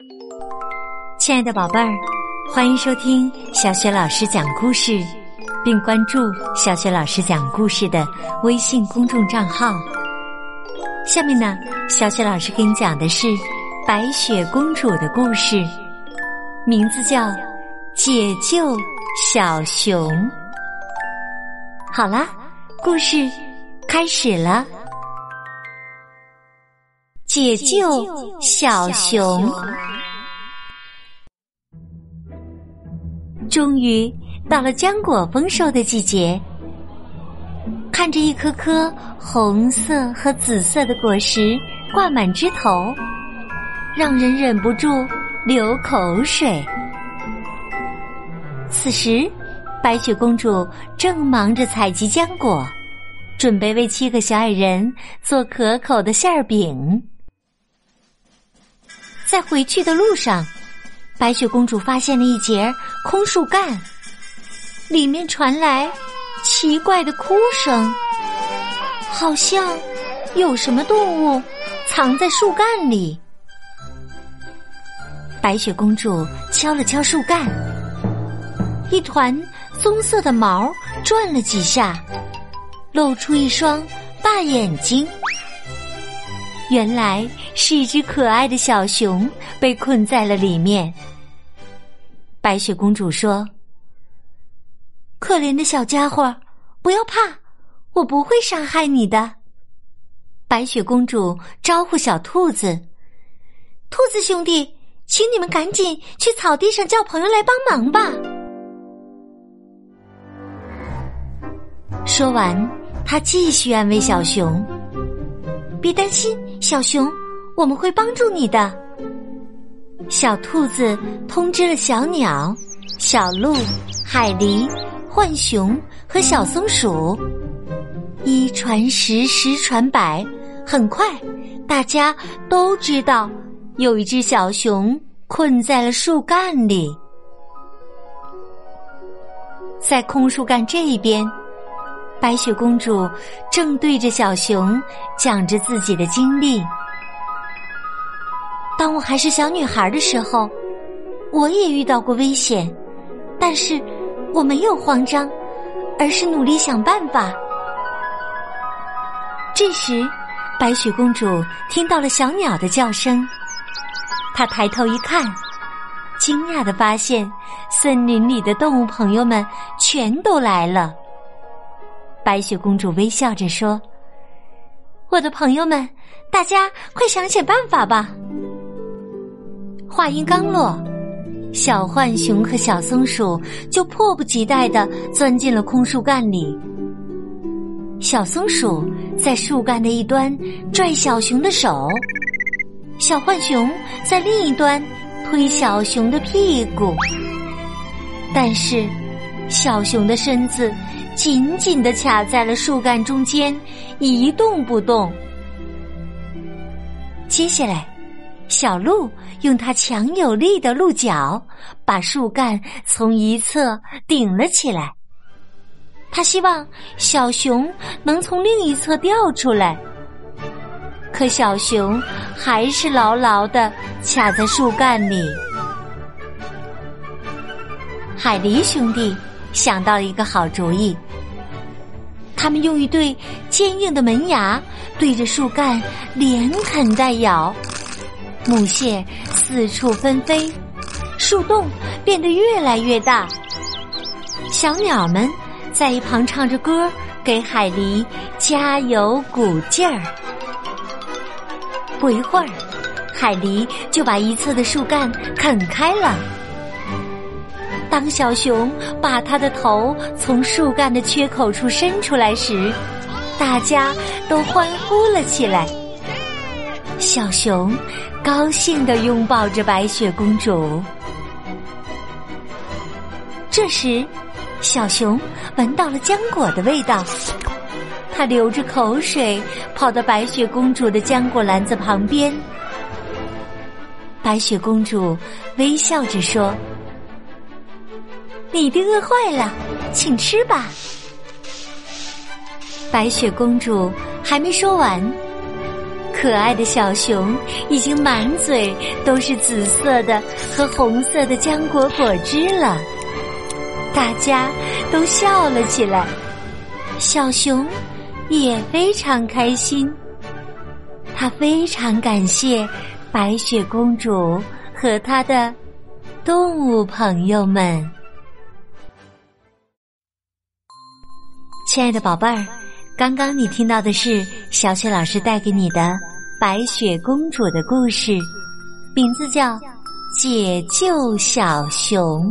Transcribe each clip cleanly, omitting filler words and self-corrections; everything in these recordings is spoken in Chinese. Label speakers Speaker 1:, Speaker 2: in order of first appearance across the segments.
Speaker 1: 亲爱的宝贝儿，欢迎收听小雪老师讲故事，并关注小雪老师讲故事的微信公众账号。下面呢，小雪老师给你讲的是白雪公主的故事，名字叫《解救小熊》。好啦，故事开始了。解救小熊。终于到了浆果丰收的季节，看着一颗颗红色和紫色的果实挂满枝头，让人忍不住流口水。此时，白雪公主正忙着采集浆果，准备为7个小矮人做可口的馅儿饼。在回去的路上，白雪公主发现了一截空树干，里面传来奇怪的哭声，好像有什么动物藏在树干里。白雪公主敲了敲树干，一团棕色的毛转了几下，露出一双大眼睛。原来是一只可爱的小熊被困在了里面。白雪公主说：“可怜的小家伙，不要怕，我不会伤害你的。”白雪公主招呼小兔子：“兔子兄弟，请你们赶紧去草地上叫朋友来帮忙吧。”说完，她继续安慰小熊：“别担心，小熊，我们会帮助你的。”小兔子通知了小鸟、小鹿、海狸、浣熊和小松鼠，一传10，10传100，很快大家都知道有一只小熊困在了树干里。在空树干这一边，白雪公主正对着小熊讲着自己的经历。当我还是小女孩的时候，我也遇到过危险，但是我没有慌张，而是努力想办法。这时，白雪公主听到了小鸟的叫声，她抬头一看，惊讶地发现森林里的动物朋友们全都来了。白雪公主微笑着说：“我的朋友们，大家快想想办法吧。”话音刚落，小浣熊和小松鼠就迫不及待地钻进了空树干里。小松鼠在树干的一端拽小熊的手，小浣熊在另一端推小熊的屁股，但是小熊的身子紧紧地卡在了树干中间，一动不动。接下来，小鹿用它强有力的鹿角把树干从一侧顶了起来，它希望小熊能从另一侧掉出来，可小熊还是牢牢地卡在树干里。海狸兄弟想到了一个好主意，他们用一对坚硬的门牙对着树干连啃带咬，木屑四处纷飞，树洞变得越来越大。小鸟们在一旁唱着歌，给海狸加油鼓劲儿。不一会儿，海狸就把一侧的树干啃开了。当小熊把它的头从树干的缺口处伸出来时，大家都欢呼了起来。小熊高兴地拥抱着白雪公主。这时，小熊闻到了浆果的味道，它流着口水跑到白雪公主的浆果篮子旁边。白雪公主微笑着说：“你的饿坏了，请吃吧。”白雪公主还没说完， 可爱的小熊已经满嘴都是紫色的和红色的浆果果汁了，大家都笑了起来，小熊也非常开心。他非常感谢白雪公主和她的动物朋友们。亲爱的宝贝儿，刚刚你听到的是小雪老师带给你的白雪公主的故事，名字叫《解救小熊》。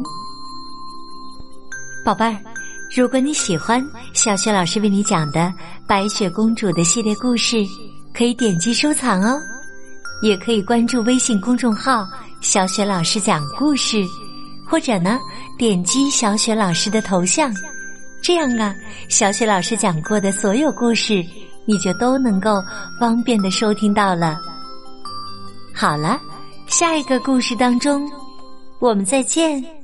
Speaker 1: 宝贝儿，如果你喜欢小雪老师为你讲的白雪公主的系列故事，可以点击收藏哦，也可以关注微信公众号小雪老师讲故事，或者呢点击小雪老师的头像，这样啊，小雪老师讲过的所有故事你就都能够方便的收听到了。好了，下一个故事当中我们再见。